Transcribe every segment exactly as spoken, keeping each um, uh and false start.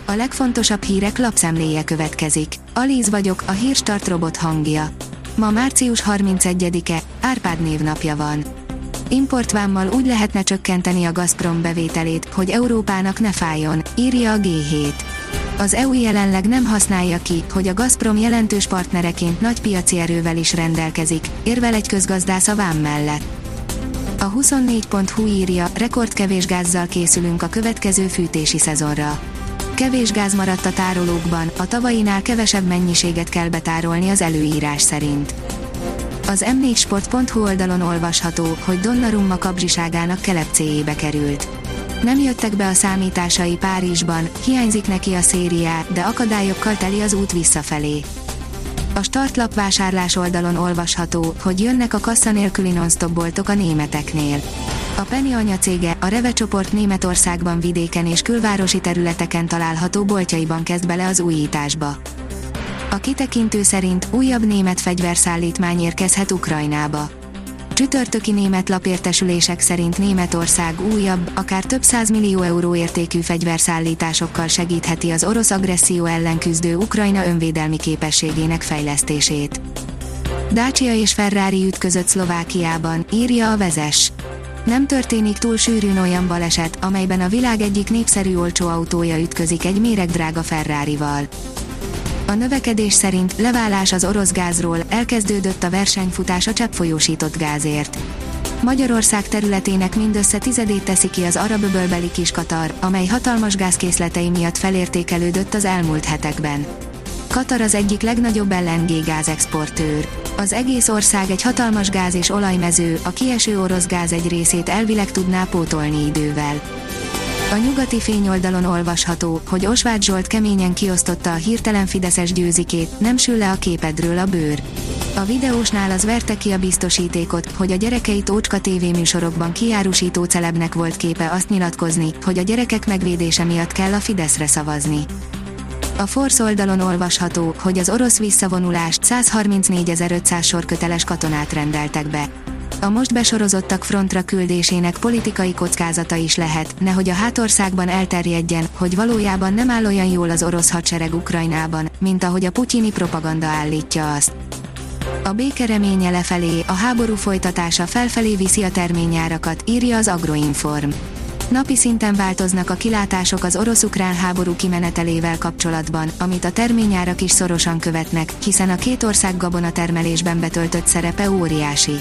A legfontosabb hírek lapszemléje következik. Alíz vagyok, a Hírstart robot hangja. Ma március harmincegyedike, Árpád névnapja van. Importvámmal úgy lehetne csökkenteni a Gazprom bevételét, hogy Európának ne fájjon, írja a gé hét. Az é u jelenleg nem használja ki, hogy a Gazprom jelentős partnereként nagy piaci erővel is rendelkezik, érvel egy közgazdász a vám mellett. A huszonnégy pont hu írja, rekordkevés gázzal készülünk a következő fűtési szezonra. Kevés gáz maradt a tárolókban, a tavainál kevesebb mennyiséget kell betárolni az előírás szerint. Az em négy sport pont hu oldalon olvasható, hogy Donnarumma kapzsiságának kelepcéjébe került. Nem jöttek be a számításai Párizsban, hiányzik neki a szériá, de akadályokkal teli az út visszafelé. A startlap vásárlás oldalon olvasható, hogy jönnek a kassa nélküli non-stop boltok a németeknél. A Penny anyacége, a Reve csoport Németországban vidéken és külvárosi területeken található boltjaiban kezd bele az újításba. A kitekintő szerint újabb német fegyverszállítmány érkezhet Ukrajnába. Csütörtöki német lapértesülések szerint Németország újabb, akár több százmillió euró értékű fegyverszállításokkal segítheti az orosz agresszió ellen küzdő Ukrajna önvédelmi képességének fejlesztését. Dacia és Ferrari ütközött Szlovákiában, írja a Vezes. Nem történik túl sűrűn olyan baleset, amelyben a világ egyik népszerű olcsó autója ütközik egy méregdrága Ferrarival. A növekedés szerint leválás az orosz gázról, elkezdődött a versenyfutás a cseppfolyósított gázért. Magyarország területének mindössze tizedét teszi ki az arab-öbölbeli Kis-Katar, amely hatalmas gázkészletei miatt felértékelődött az elmúlt hetekben. Katar az egyik legnagyobb el en gé gázexportőr. Az egész ország egy hatalmas gáz- és olajmező, a kieső orosz gáz egy részét elvileg tudná pótolni idővel. A Nyugati Fényoldalon olvasható, hogy Osváth Zsolt keményen kiosztotta a hirtelen fideszes győzikét, nem sül le a képedről a bőr. A videósnál az verte ki a biztosítékot, hogy a gyerekeit ócska tévéműsorokban kijárusító celebnek volt képe azt nyilatkozni, hogy a gyerekek megvédése miatt kell a Fideszre szavazni. A Force oldalon olvasható, hogy az orosz visszavonulást százharmincnégyezer-ötszáz sorköteles katonát rendeltek be. A most besorozottak frontra küldésének politikai kockázata is lehet, nehogy a hátországban elterjedjen, hogy valójában nem áll olyan jól az orosz hadsereg Ukrajnában, mint ahogy a putyini propaganda állítja azt. A béke reménye lefelé, a háború folytatása felfelé viszi a terményárakat, írja az Agroinform. Napi szinten változnak a kilátások az orosz-ukrán háború kimenetelével kapcsolatban, amit a terményárak is szorosan követnek, hiszen a két ország gabonatermelésben betöltött szerepe óriási.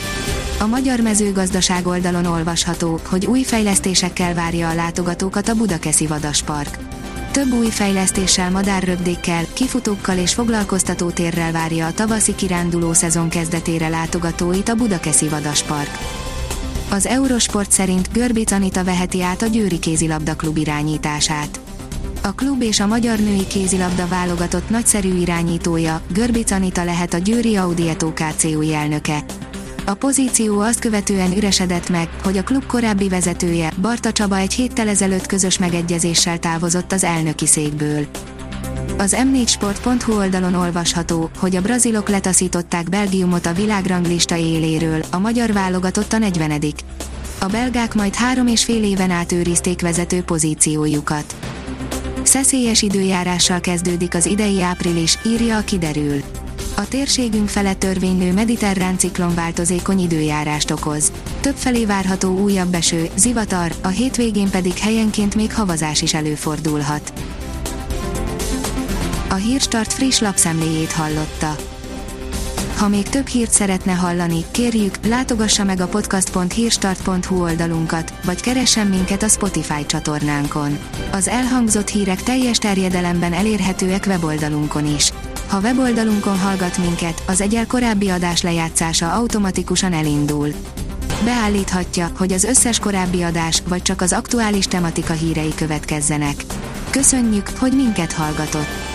A magyar mezőgazdaság oldalon olvasható, hogy új fejlesztésekkel várja a látogatókat a Budakeszi Vadaspark. Több új fejlesztéssel, madárröpdékkel, kifutókkal és foglalkoztatótérrel várja a tavaszi kiránduló szezon kezdetére látogatóit a Budakeszi Vadaspark. Az Eurosport szerint Görbic Anita veheti át a Győri Kézilabda-klub irányítását. A klub és a magyar női kézilabda válogatott nagyszerű irányítója, Görbic Anita lehet a Győri Audi Eto ká cé új elnöke. A pozíció azt követően üresedett meg, hogy a klub korábbi vezetője, Barta Csaba egy héttel ezelőtt közös megegyezéssel távozott az elnöki székből. Az em négy sport pont hu oldalon olvasható, hogy a brazilok letaszították Belgiumot a világranglista éléről, a magyar válogatott a negyvenedik A belgák majd három és fél éven át őrizték vezető pozíciójukat. Szeszélyes időjárással kezdődik az idei április, írja a Kiderül. A térségünk felett törvénylő mediterrán ciklon változékony időjárást okoz. Többfelé várható újabb eső, zivatar, a hétvégén pedig helyenként még havazás is előfordulhat. A Hírstart friss lapszemléjét hallotta. Ha még több hírt szeretne hallani, kérjük, látogassa meg a podcast pont hírstart pont hu oldalunkat, vagy keressen minket a Spotify csatornánkon. Az elhangzott hírek teljes terjedelemben elérhetőek weboldalunkon is. Ha weboldalunkon hallgat minket, az egyel korábbi adás lejátszása automatikusan elindul. Beállíthatja, hogy az összes korábbi adás, vagy csak az aktuális tematika hírei következzenek. Köszönjük, hogy minket hallgatott!